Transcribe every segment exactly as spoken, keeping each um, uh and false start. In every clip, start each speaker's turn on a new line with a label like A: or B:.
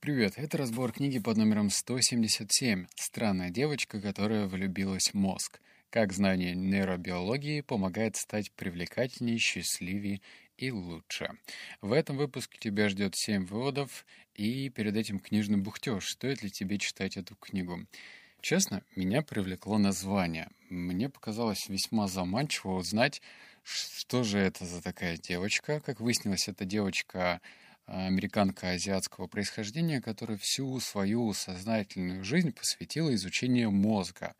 A: Привет, это разбор книги под номером сто семьдесят семь «Странная девочка, которая влюбилась в мозг. Как знание нейробиологии помогает стать привлекательнее, счастливее и лучше». В этом выпуске тебя ждет семь выводов и перед этим книжный бухтеж. Стоит ли тебе читать эту книгу? Честно, меня привлекло название. Мне показалось весьма заманчиво узнать, что же это за такая девочка. Как выяснилось, эта девочка американка азиатского происхождения, которая всю свою сознательную жизнь посвятила изучению мозга.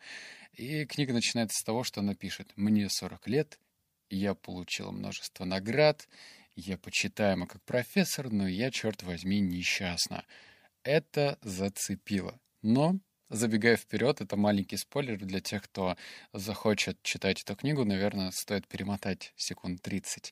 A: И книга начинается с того, что она пишет: «Мне сорок лет, я получила множество наград, я почитаема как профессор, но я, черт возьми, несчастна». Это зацепило. Но, забегая вперед, это маленький спойлер для тех, кто захочет читать эту книгу, наверное, стоит перемотать секунд тридцать.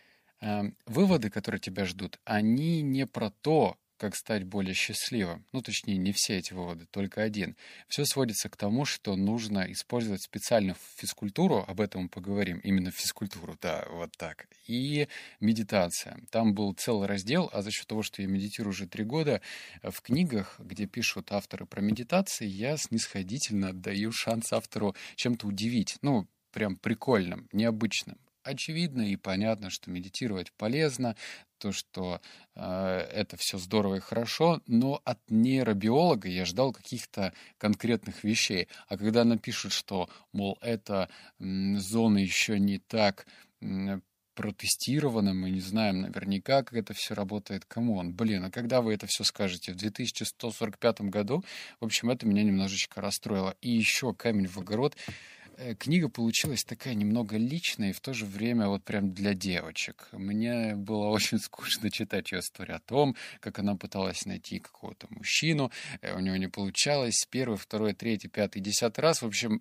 A: Эм, Выводы, которые тебя ждут, они не про то, как стать более счастливым. Ну, точнее, не все эти выводы, только один. Все сводится к тому, что нужно использовать специальную физкультуру, об этом мы поговорим, именно физкультуру, да, вот так, и медитация. Там был целый раздел, а за счет того, что я медитирую уже три года, в книгах, где пишут авторы про медитации, я снисходительно даю шанс автору чем-то удивить, ну, прям прикольным, необычным. Очевидно и понятно, что медитировать полезно, то, что э, это все здорово и хорошо, но от нейробиолога я ждал каких-то конкретных вещей. А когда она пишет, что, мол, эта м, зона еще не так м, протестирована, мы не знаем наверняка, как это все работает, камон, блин, а когда вы это все скажете? В две тысячи сто сорок пятом году? В общем, это меня немножечко расстроило. И еще камень в огород. Книга получилась такая немного личная и в то же время вот прям для девочек. Мне было очень скучно читать ее историю о том, как она пыталась найти какого-то мужчину, у нее не получалось первый, второй, третий, пятый, десятый раз. В общем,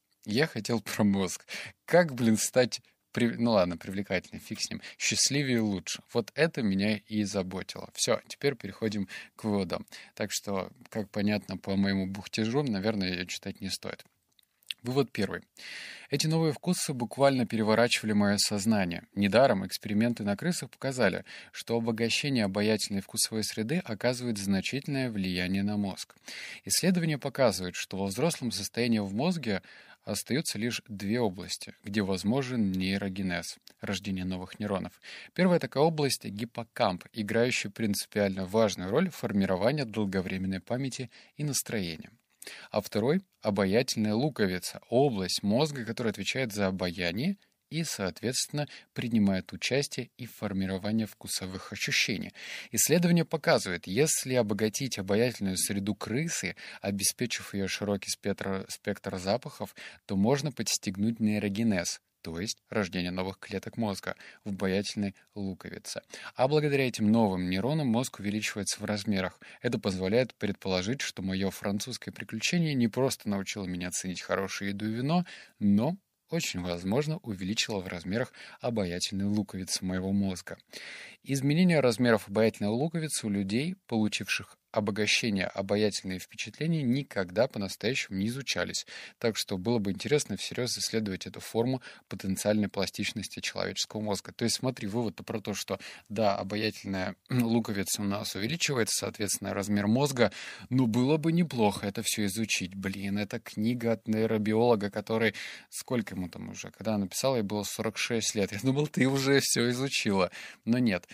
A: я хотел про мозг. Как, блин, стать, при... ну ладно, привлекательней, фиг с ним, счастливее и лучше. Вот это меня и заботило. Все, теперь переходим к выводам. Так что, как понятно по моему бухтежу, наверное, ее читать не стоит. Вывод первый. Эти новые вкусы буквально переворачивали мое сознание. Недаром эксперименты на крысах показали, что обогащение обаятельной вкусовой среды оказывает значительное влияние на мозг. Исследования показывают, что во взрослом состоянии в мозге остаются лишь две области, где возможен нейрогенез, рождение новых нейронов. Первая такая область — гиппокамп, играющий принципиально важную роль в формировании долговременной памяти и настроения. А второй — обаятельная луковица, область мозга, которая отвечает за обаяние и, соответственно, принимает участие и в формировании вкусовых ощущений. Исследование показывает, если обогатить обаятельную среду крысы, обеспечив ее широкий спектр, спектр запахов, то можно подстегнуть нейрогенез, то есть рождение новых клеток мозга в обаятельной луковице. А благодаря этим новым нейронам мозг увеличивается в размерах. Это позволяет предположить, что мое французское приключение не просто научило меня ценить хорошую еду и вино, но очень возможно увеличило в размерах обаятельную луковицу моего мозга. Изменение размеров обаятельной луковицы у людей, получивших обогащение обаятельные впечатления, никогда по-настоящему не изучались, так что было бы интересно всерьез исследовать эту форму потенциальной пластичности человеческого мозга. То есть смотри, вывод-то про то, что да, обаятельная луковица у нас увеличивается, соответственно, размер мозга, но было бы неплохо это все изучить. Блин, это книга от нейробиолога, который, сколько ему там уже, когда она написала, ей было сорок шесть лет. Я думал, ты уже все изучила, но нет.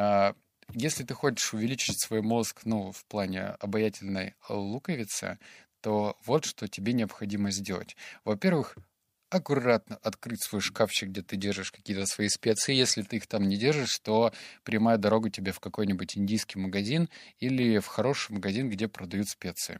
A: Если ты хочешь увеличить свой мозг, ну, в плане обаятельной луковицы, то вот что тебе необходимо сделать. Во-первых, аккуратно открыть свой шкафчик, где ты держишь какие-то свои специи. Если ты их там не держишь, то прямая дорога тебе в какой-нибудь индийский магазин или в хороший магазин, где продают специи.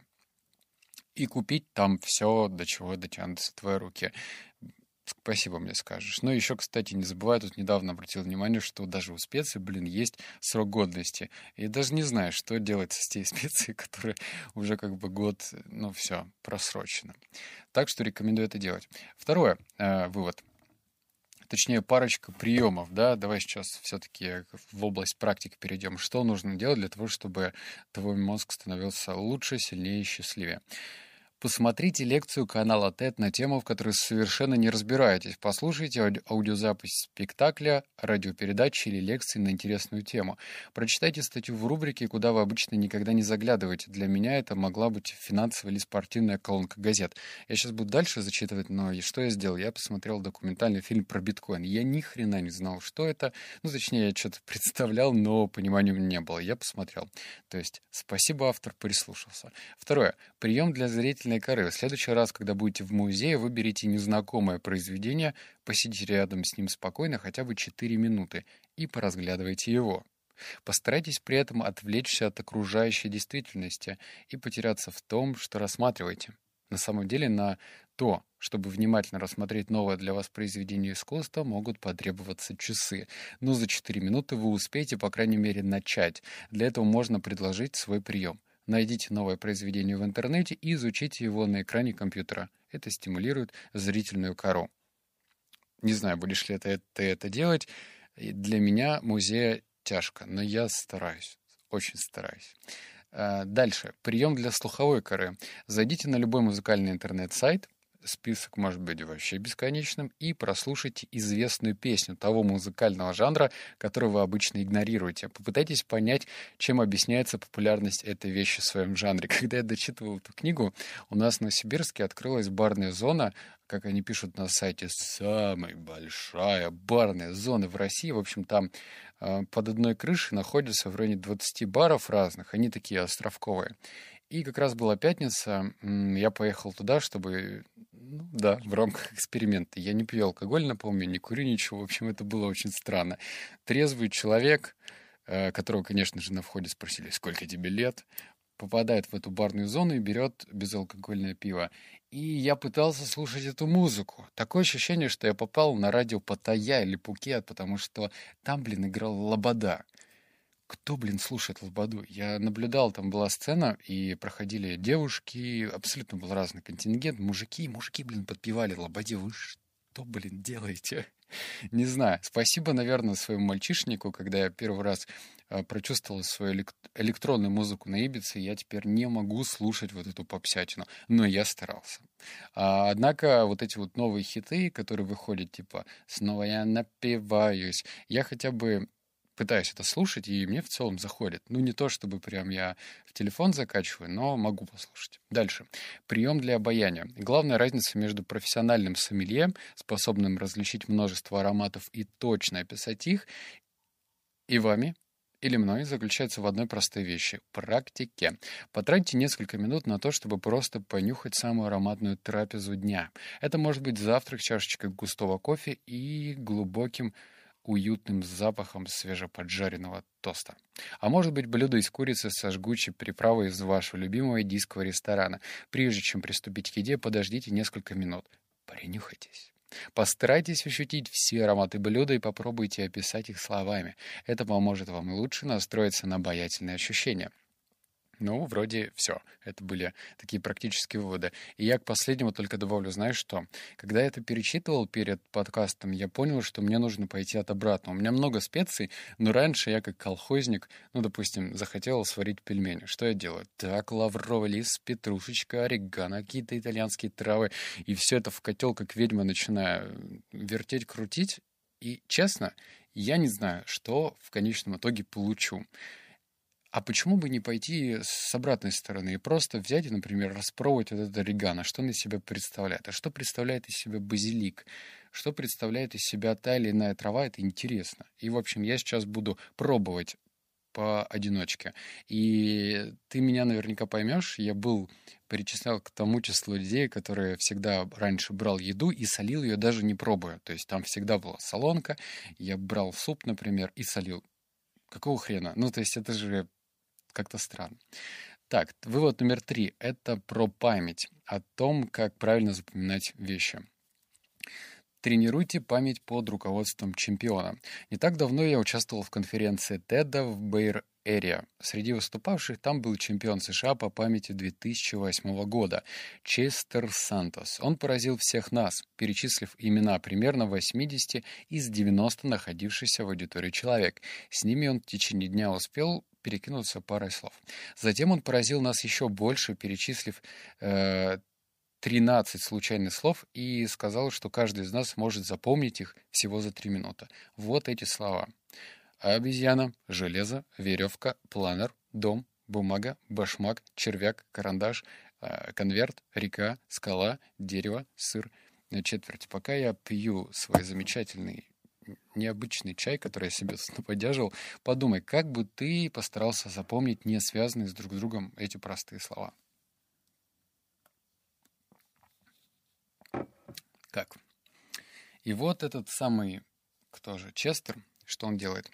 A: И купить там все, до чего дотянутся твои руки. Спасибо, мне скажешь. Ну, еще, кстати, не забывай, тут недавно обратил внимание, что даже у специй, блин, есть срок годности. И даже не знаю, что делать с тей специей, которые уже как бы год, ну, все, просрочено. Так что рекомендую это делать. Второе, э, вывод. Точнее, парочка приемов, да, давай сейчас все-таки в область практики перейдем. Что нужно делать для того, чтобы твой мозг становился лучше, сильнее и счастливее? Посмотрите лекцию канала тед на тему, в которой совершенно не разбираетесь. Послушайте ауди- аудиозапись спектакля, радиопередачи или лекции на интересную тему. Прочитайте статью в рубрике, куда вы обычно никогда не заглядываете. Для меня это могла быть финансовая или спортивная колонка газет. Я сейчас буду дальше зачитывать, но и что я сделал? Я посмотрел документальный фильм про биткоин. Я ни хрена не знал, что это. Ну, точнее, я что-то представлял, но понимания у меня не было. Я посмотрел. То есть, спасибо, автор прислушался. Второе. Прием для зрительной коры. В следующий раз, когда будете в музее, выберите незнакомое произведение, посидите рядом с ним спокойно хотя бы четыре минуты и поразглядывайте его. Постарайтесь при этом отвлечься от окружающей действительности и потеряться в том, что рассматриваете. На самом деле на то, чтобы внимательно рассмотреть новое для вас произведение искусства, могут потребоваться часы. Но за четыре минуты вы успеете, по крайней мере, начать. Для этого можно предложить свой прием. Найдите новое произведение в интернете и изучите его на экране компьютера. Это стимулирует зрительную кору. Не знаю, будешь ли это, ты это делать. И для меня музея тяжко, но я стараюсь, очень стараюсь. А, Дальше. Прием для слуховой коры. Зайдите на любой музыкальный интернет-сайт, список может быть вообще бесконечным, и прослушайте известную песню того музыкального жанра, который вы обычно игнорируете. Попытайтесь понять, чем объясняется популярность этой вещи в своем жанре. Когда я дочитывал эту книгу, у нас в Новосибирске открылась барная зона, как они пишут на сайте, самая большая барная зона в России. В общем, там э, под одной крышей находится в районе двадцати баров разных, они такие островковые. И как раз была пятница, м, я поехал туда, чтобы, ну, да, в рамках эксперимента. Я не пью алкоголь, напомню, не курю ничего. В общем, это было очень странно. Трезвый человек, э, которого, конечно же, на входе спросили, сколько тебе лет, попадает в эту барную зону и берет безалкогольное пиво. И я пытался слушать эту музыку. Такое ощущение, что я попал на радио Паттайя или Пукет, потому что там, блин, играл Лобода. Кто, блин, слушает Лободу? Я наблюдал, там была сцена, и проходили девушки, абсолютно был разный контингент, мужики, мужики, блин, подпевали Лободе. Вы что, блин, делаете? Не знаю. Спасибо, наверное, своему мальчишнику, когда я первый раз э, прочувствовал свою элек- электронную музыку на Ибице, я теперь не могу слушать вот эту попсятину. Но я старался. А, однако вот эти вот новые хиты, которые выходят, типа «Снова я напиваюсь», я хотя бы пытаюсь это слушать, и мне в целом заходит. Ну, не то, чтобы прям я в телефон закачиваю, но могу послушать. Дальше. Прием для обоняния. Главная разница между профессиональным сомелье, способным различить множество ароматов и точно описать их, и вами, или мной, заключается в одной простой вещи — практике. Потратьте несколько минут на то, чтобы просто понюхать самую ароматную трапезу дня. Это может быть завтрак с чашечкой густого кофе и глубоким уютным запахом свежеподжаренного тоста. А может быть блюдо из курицы со жгучей приправой из вашего любимого индийского ресторана. Прежде чем приступить к еде, подождите несколько минут. Принюхайтесь. Постарайтесь ощутить все ароматы блюда и попробуйте описать их словами. Это поможет вам лучше настроиться на обаятельные ощущения. Ну, вроде все. Это были такие практические выводы. И я к последнему только добавлю, знаешь что? Когда я это перечитывал перед подкастом, я понял, что мне нужно пойти от обратного. У меня много специй, но раньше я как колхозник, ну, допустим, захотел сварить пельмени. Что я делаю? Так, лавровый лист, петрушечка, орегано, какие-то итальянские травы. И все это в котел, как ведьма, начинаю вертеть, крутить. И, честно, я не знаю, что в конечном итоге получу. А почему бы не пойти с обратной стороны и просто взять и, например, распробовать вот это орегано, что он из себя представляет? А что представляет из себя базилик? Что представляет из себя та или иная трава? Это интересно. И, в общем, я сейчас буду пробовать поодиночке. И ты меня наверняка поймешь. Я был, перечислял к тому числу людей, которые всегда раньше брал еду и солил ее даже не пробуя. То есть там всегда была солонка. Я брал суп, например, и солил. Какого хрена? Ну, то есть это же как-то странно. Так, вывод номер три. Это про память. О том, как правильно запоминать вещи. Тренируйте память под руководством чемпиона. Не так давно я участвовал в конференции теда в Бэй-Эре. Среди выступавших там был чемпион США по памяти две тысячи восьмого года Честер Сантос. Он поразил всех нас, перечислив имена примерно восьмидесяти из девяноста находившихся в аудитории человек. С ними он в течение дня успел перекинуться парой слов. Затем он поразил нас еще больше, перечислив э, тринадцать случайных слов и сказал, что каждый из нас может запомнить их всего за три минуты. Вот эти слова. Обезьяна, железо, веревка, планер, дом, бумага, башмак, червяк, карандаш, конверт, река, скала, дерево, сыр. На четверть. Пока я пью свой замечательный необычный чай, который я себе наподяжил, подумай, как бы ты постарался запомнить не связанные с друг другом эти простые слова. Как? И вот этот самый, кто же, Честер, что он делает?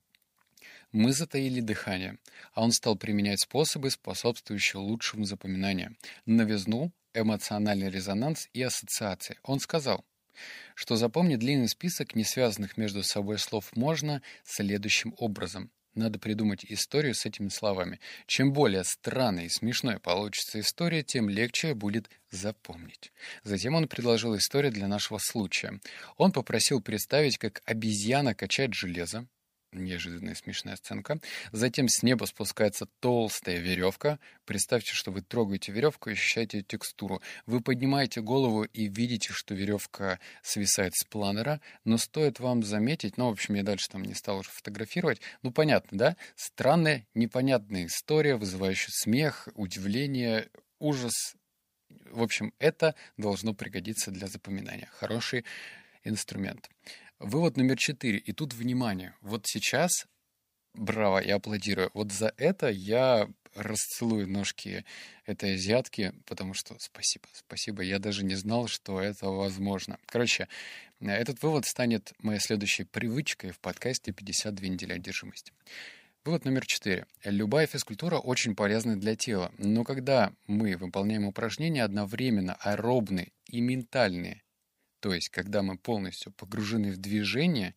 A: Мы затаили дыхание, а он стал применять способы, способствующие лучшему запоминанию. Новизну, эмоциональный резонанс и ассоциации. Он сказал, что запомнить длинный список несвязанных между собой слов можно следующим образом. Надо придумать историю с этими словами. Чем более странной и смешной получится история, тем легче будет запомнить. Затем он предложил историю для нашего случая. Он попросил представить, как обезьяна качает железо. Неожиданная смешная сценка. Затем с неба спускается толстая веревка. Представьте, что вы трогаете веревку и ощущаете ее текстуру. Вы поднимаете голову и видите, что веревка свисает с планера, но стоит вам заметить, ну, в общем, я дальше там не стал уже фотографировать, ну, понятно, да? Странная, непонятная история, вызывающая смех, удивление, ужас. В общем, это должно пригодиться для запоминания. Хороший инструмент. Вывод номер четыре. И тут внимание. Вот сейчас, браво, я аплодирую. Вот за это я расцелую ножки этой азиатки, потому что спасибо, спасибо. Я даже не знал, что это возможно. Короче, этот вывод станет моей следующей привычкой в подкасте «пятьдесят две недели одержимости». Вывод номер четыре. Любая физкультура очень полезна для тела, но когда мы выполняем упражнения одновременно аэробные и ментальные, то есть, когда мы полностью погружены в движение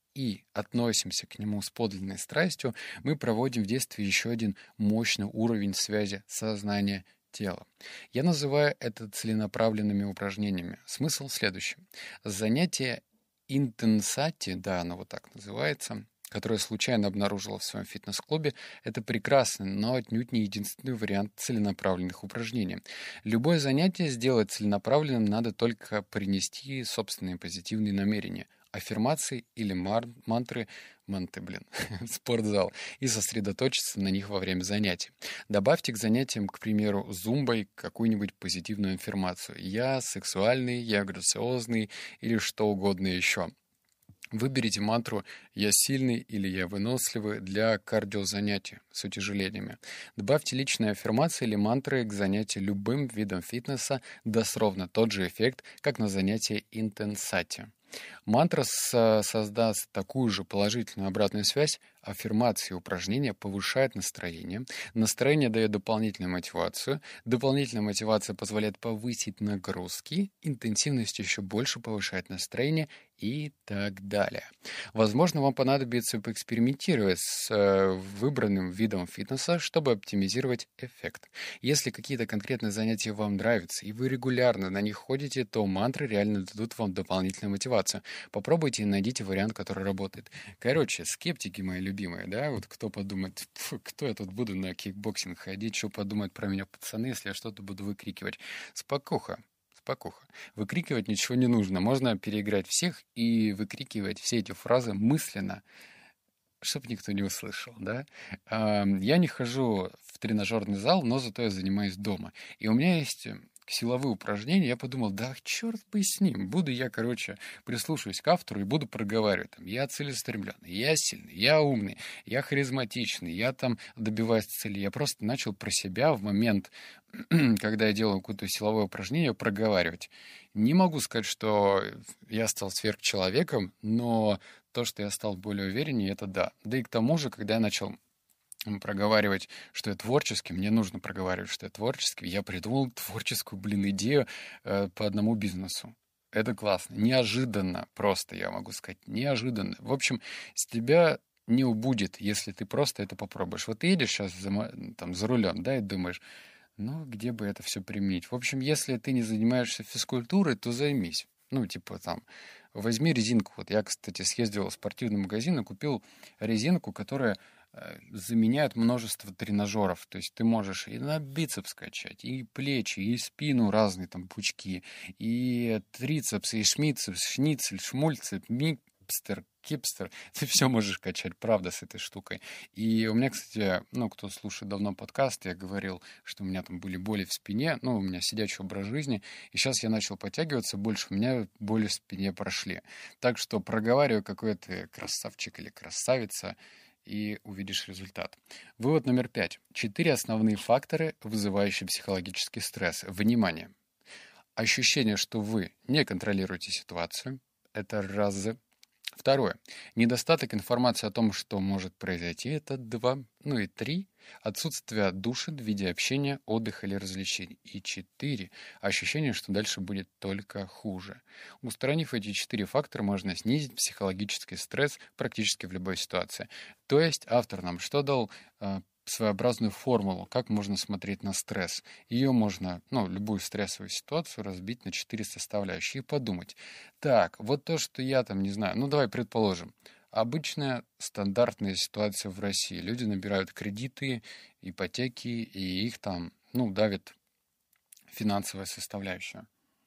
A: и относимся к нему с подлинной страстью, мы проводим в действии еще один мощный уровень связи сознания тела. Я называю это целенаправленными упражнениями. Смысл следующий. Занятие интенсати, да, оно вот так называется, которое случайно обнаружила в своем фитнес-клубе, это прекрасный, но отнюдь не единственный вариант целенаправленных упражнений. Любое занятие сделать целенаправленным надо только принести собственные позитивные намерения, аффирмации или мар- мантры, манты, блин, спортзал, и сосредоточиться на них во время занятий. Добавьте к занятиям, к примеру, зумбой какую-нибудь позитивную аффирмацию. Я сексуальный, я грациозный или что угодно еще. Выберите мантру «Я сильный» или «Я выносливый» для кардиозанятий с утяжелениями. Добавьте личные аффирмации или мантры к занятию любым видом фитнеса, даст ровно тот же эффект, как на занятии интенсати. Мантра со- создаст такую же положительную обратную связь. Аффирмации и упражнения повышают настроение. Настроение дает дополнительную мотивацию. Дополнительная мотивация позволяет повысить нагрузки. Интенсивность еще больше повышает настроение и так далее. Возможно, вам понадобится поэкспериментировать с э, выбранным видом фитнеса, чтобы оптимизировать эффект. Если какие-то конкретные занятия вам нравятся, и вы регулярно на них ходите, то мантры реально дадут вам дополнительную мотивацию. Попробуйте и найдите вариант, который работает. Короче, скептики мои любимые, да, вот кто подумает, кто я тут буду на кикбоксинг ходить, что подумают про меня пацаны, если я что-то буду выкрикивать. Спокуха. Спокуха. Выкрикивать ничего не нужно. Можно переиграть всех и выкрикивать все эти фразы мысленно, чтобы никто не услышал, да. А, я не хожу в тренажерный зал, но зато я занимаюсь дома. И у меня есть силовые упражнения. Я подумал, да черт бы с ним. Буду я, короче, прислушиваюсь к автору и буду проговаривать. Там, я целеустремленный, я сильный, я умный, я харизматичный, я там добиваюсь цели. Я просто начал про себя в момент, когда я делаю какое-то силовое упражнение, проговаривать. Не могу сказать, что я стал сверхчеловеком, но то, что я стал более увереннее, это да. Да и к тому же, когда я начал проговаривать, что я творческий, мне нужно проговаривать, что я творческий, я придумал творческую, блин, идею э, по одному бизнесу. Это классно. Неожиданно просто, я могу сказать, неожиданно. В общем, с тебя не убудет, если ты просто это попробуешь. Вот ты едешь сейчас за, там, за рулем, да, и думаешь, ну, где бы это все применить? В общем, если ты не занимаешься физкультурой, то займись. Ну, типа там, возьми резинку. Вот я, кстати, съездил в спортивный магазин и купил резинку, которая э, заменяют множество тренажеров. То есть ты можешь и на бицепс качать, и плечи, и спину разные там пучки, и трицепс, и шмицепс, шницель, шмульцеп, микстер, кипстер. Ты все можешь качать, правда, с этой штукой. И у меня, кстати, ну, кто слушает давно подкаст, я говорил, что у меня там были боли в спине, ну, у меня сидячий образ жизни, и сейчас я начал подтягиваться больше, у меня боли в спине прошли. Так что проговариваю, какой ты красавчик или красавица, и увидишь результат. Вывод номер пять. Четыре основные фактора, вызывающие психологический стресс. Внимание! Ощущение, что вы не контролируете ситуацию. Это раз. Второе. Недостаток информации о том, что может произойти. Это два. Ну и три. Отсутствие души в виде общения, отдыха или развлечений. И четыре. Ощущение, что дальше будет только хуже. Устранив эти четыре фактора, можно снизить психологический стресс практически в любой ситуации. То есть автор нам что дал? Э, своеобразную формулу, как можно смотреть на стресс. Ее можно, ну, любую стрессовую ситуацию разбить на четыре составляющие и подумать. Так, вот то, что я там не знаю, ну, давай предположим, обычная стандартная ситуация в России. Люди набирают кредиты, ипотеки, и их там, ну, давит финансовая составляющая.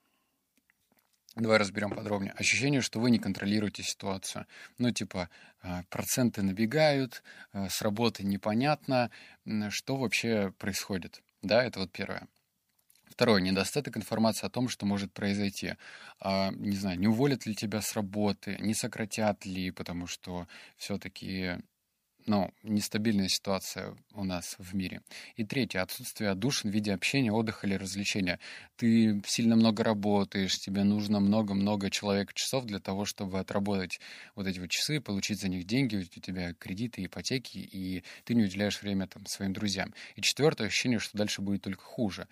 A: Давай разберем подробнее. Ощущение, что вы не контролируете ситуацию. Ну, типа, э, проценты набегают, э, с работы непонятно, м, что вообще происходит. Да, это вот первое. Второе. Недостаток информации о том, что может произойти. А, не знаю, не уволят ли тебя с работы, не сократят ли, потому что все-таки, ну, нестабильная ситуация у нас в мире. И третье. Отсутствие отдушин в виде общения, отдыха или развлечения. Ты сильно много работаешь, тебе нужно много-много человек-часов для того, чтобы отработать вот эти вот часы, получить за них деньги, у тебя кредиты, ипотеки, и ты не уделяешь время там своим друзьям. И четвертое. Ощущение, что дальше будет только хуже.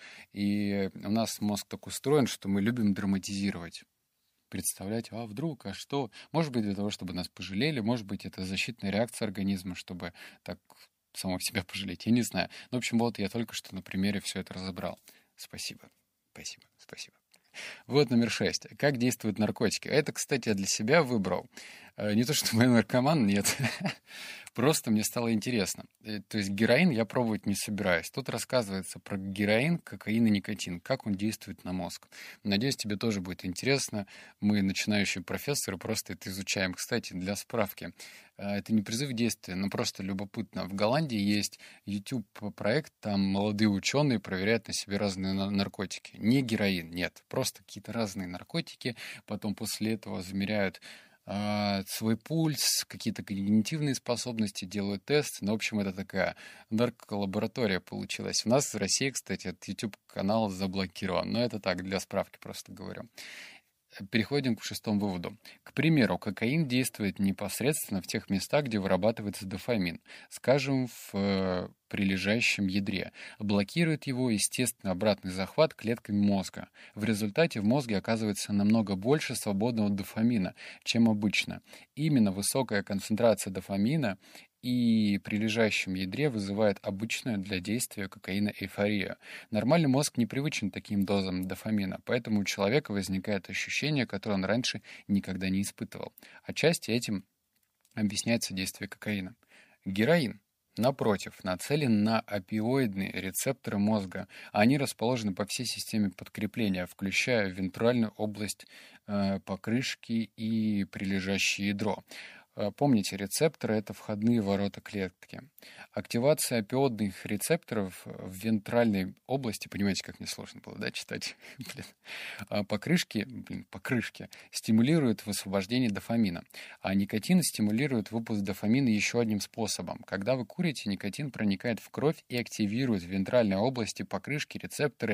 A: И у нас мозг так устроен, что мы любим драматизировать. Представлять, а вдруг, а что? Может быть, для того, чтобы нас пожалели, может быть, это защитная реакция организма, чтобы так самого себя пожалеть, я не знаю. Ну, в общем, вот я только что на примере все это разобрал. Спасибо, спасибо, спасибо. Вот номер шесть. Как действуют наркотики? Это, кстати, я для себя выбрал. Э, Не то, что я наркоман, нет. Просто мне стало интересно. Э, То есть героин я пробовать не собираюсь. Тут рассказывается про героин, кокаин и никотин, как он действует на мозг. Надеюсь, тебе тоже будет интересно. Мы, начинающие профессоры, просто это изучаем. Кстати, для справки, э, это не призыв к действию, но просто любопытно. В Голландии есть YouTube-проект, там молодые ученые проверяют на себе разные на- наркотики. Не героин, нет, просто какие-то разные наркотики. Потом после этого замеряют а, свой пульс, какие-то когнитивные способности, делают тест. Ну, в общем, это такая нарколаборатория получилась. У нас в России, кстати, этот YouTube-канал заблокирован. Но это так, для справки просто говорю. Переходим к шестому выводу. К примеру, кокаин действует непосредственно в тех местах, где вырабатывается дофамин, скажем, в э, прилежащем ядре. Блокирует его естественный обратный захват клетками мозга. В результате в мозге оказывается намного больше свободного дофамина, чем обычно. Именно высокая концентрация дофамина и прилежащем ядре вызывает обычную для действия кокаина эйфорию. Нормальный мозг не привычен к таким дозам дофамина, поэтому у человека возникает ощущение, которое он раньше никогда не испытывал. Отчасти этим объясняется действие кокаина. Героин, напротив, нацелен на опиоидные рецепторы мозга. Они расположены по всей системе подкрепления, включая вентральную область э, покрышки и прилежащее ядро. Э, Помните, рецепторы — это входные ворота клетки. Активация опиоидных рецепторов в вентральной области, понимаете, как мне сложно было, да, читать? Блин. А покрышки, блин, покрышки стимулируют высвобождение дофамина, а никотин стимулирует выпуск дофамина еще одним способом. Когда вы курите, никотин проникает в кровь и активирует в вентральной области покрышки рецепторы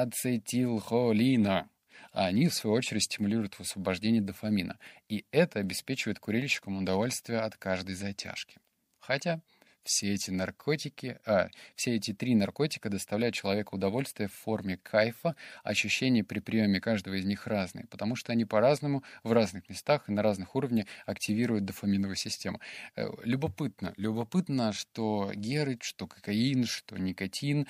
A: ацетилхолина. А они, в свою очередь, стимулируют высвобождение дофамина. И это обеспечивает курильщикам удовольствие от каждой затяжки. Хотя все эти наркотики, а, все эти три наркотика доставляют человеку удовольствие в форме кайфа, ощущения при приеме каждого из них разные, потому что они по-разному, в разных местах и на разных уровнях активируют дофаминовую систему. Э, Любопытно, любопытно, что геры, что кокаин, что никотин,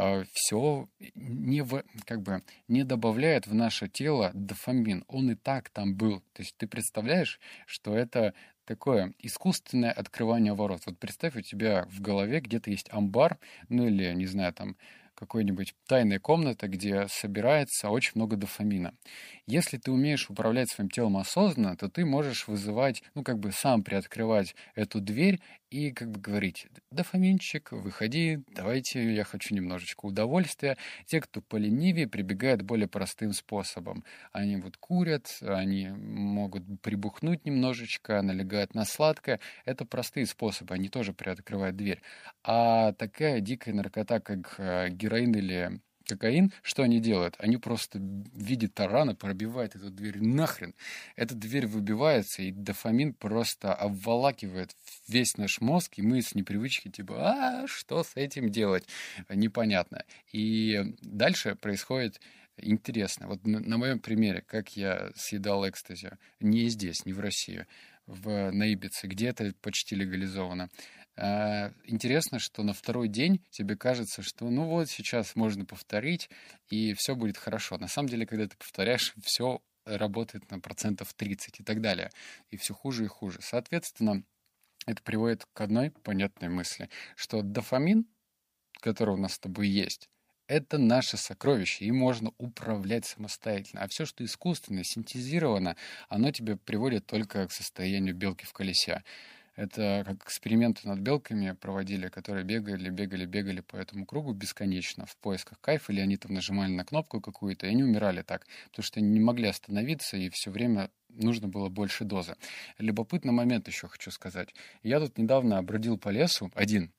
A: все не, в- как бы, не добавляет в наше тело дофамин. Он и так там был. То есть ты представляешь, что это такое искусственное открывание ворот. Вот представь, у тебя в голове где-то есть амбар, ну или, не знаю, там какой-нибудь тайная комната, где собирается очень много дофамина. Если ты умеешь управлять своим телом осознанно, то ты можешь вызывать, ну, как бы сам приоткрывать эту дверь и как бы говорить: дофаминчик, выходи, давайте, я хочу немножечко удовольствия. Те, кто поленивее, прибегают более простым способом. Они вот курят, они могут прибухнуть немножечко, налегают на сладкое. Это простые способы, они тоже приоткрывают дверь. А такая дикая наркота, как э, героин или кокаин, что они делают? Они просто в виде тарана пробивают эту дверь нахрен. Эта дверь выбивается, и дофамин просто обволакивает весь наш мозг, и мы с непривычки типа: а что с этим делать? Непонятно. И дальше происходит интересно. Вот на, на моем примере, как я съедал экстази. Не здесь, не в России, в, на Ибице, где это почти легализовано. А, Интересно, что на второй день тебе кажется, что ну вот сейчас можно повторить, и все будет хорошо. На самом деле, когда ты повторяешь, все работает на процентов тридцать и так далее. И все хуже и хуже. Соответственно, это приводит к одной понятной мысли, что дофамин, который у нас с тобой есть, это наше сокровище, и можно управлять самостоятельно. А все, что искусственно, синтезировано, оно тебя приводит только к состоянию белки в колесе. Это как эксперименты над белками проводили, которые бегали, бегали, бегали по этому кругу бесконечно в поисках кайфа, или они там нажимали на кнопку какую-то, и они умирали так, потому что они не могли остановиться, и все время нужно было больше дозы. Любопытный момент еще хочу сказать. Я тут недавно бродил по лесу один,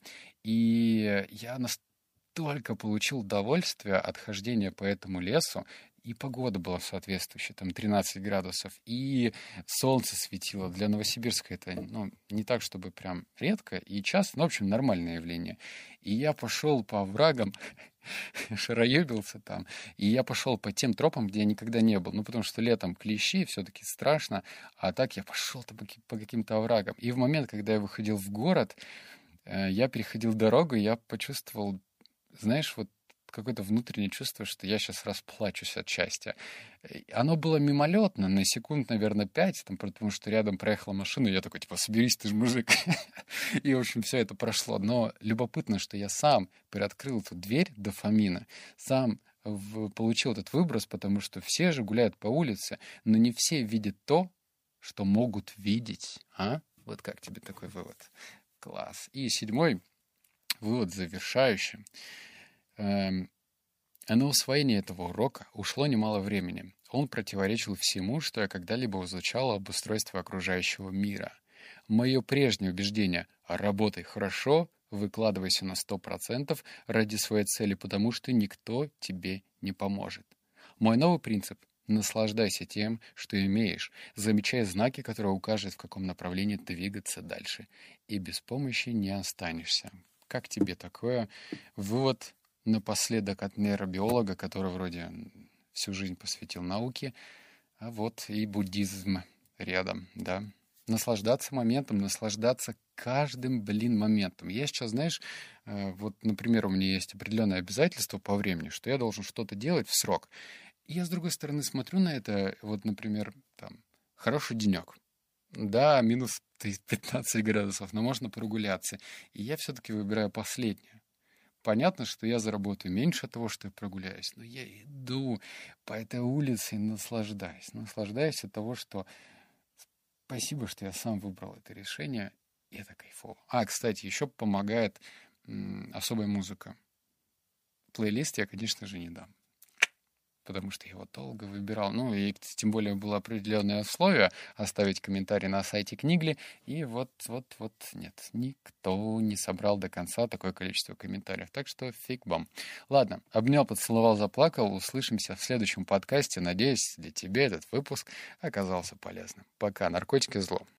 A: и я настолько получил удовольствие от хождения по этому лесу, и погода была соответствующая, там тринадцать градусов, и солнце светило. Для Новосибирска это ну, не так, чтобы прям редко, и часто, ну, в общем, нормальное явление. И я пошел по оврагам, шароебился там, и я пошел по тем тропам, где я никогда не был. Ну, потому что летом клещи, все-таки страшно, а так я пошел по, по каким-то оврагам. И в момент, когда я выходил в город, я переходил дорогу, и я почувствовал, знаешь, вот какое-то внутреннее чувство, что я сейчас расплачусь от счастья. Оно было мимолетно, на секунд, наверное, пять, там, потому что рядом проехала машина, и я такой, типа, соберись, ты же мужик. И, в общем, все это прошло. Но любопытно, что я сам приоткрыл эту дверь дофамина, сам в, получил этот выброс, потому что все же гуляют по улице, но не все видят то, что могут видеть. А? Вот как тебе такой вывод? Класс. И седьмой вывод завершающий. А на усвоение этого урока ушло немало времени. Он противоречил всему, что я когда-либо изучал об устройстве окружающего мира. Мое прежнее убеждение «работай хорошо», «выкладывайся на сто процентов ради своей цели, потому что никто тебе не поможет». Мой новый принцип — наслаждайся тем, что имеешь, замечая знаки, которые укажут, в каком направлении двигаться дальше. И без помощи не останешься. Как тебе такое? Вывод напоследок от нейробиолога, который вроде всю жизнь посвятил науке, а вот и буддизм рядом, да. Наслаждаться моментом, наслаждаться каждым, блин, моментом. Я сейчас, знаешь, вот, например, у меня есть определенное обязательство по времени, что я должен что-то делать в срок. И я, с другой стороны, смотрю на это, вот, например, там, хороший денек. Да, минус пятнадцать градусов, но можно прогуляться. И я все-таки выбираю последнее. Понятно, что я заработаю меньше от того, что я прогуляюсь, но я иду по этой улице и наслаждаюсь. Наслаждаюсь от того, что спасибо, что я сам выбрал это решение, и это кайфово. А, кстати, еще помогает м, особая музыка. Плейлист я, конечно же, не дам, потому что я его долго выбирал. Ну, и тем более было определенное условие оставить комментарий на сайте Книгли. И вот, вот, вот, нет, никто не собрал до конца такое количество комментариев. Так что фиг вам. Ладно, обнял, поцеловал, заплакал. Услышимся в следующем подкасте. Надеюсь, для тебя этот выпуск оказался полезным. Пока. Наркотики — зло.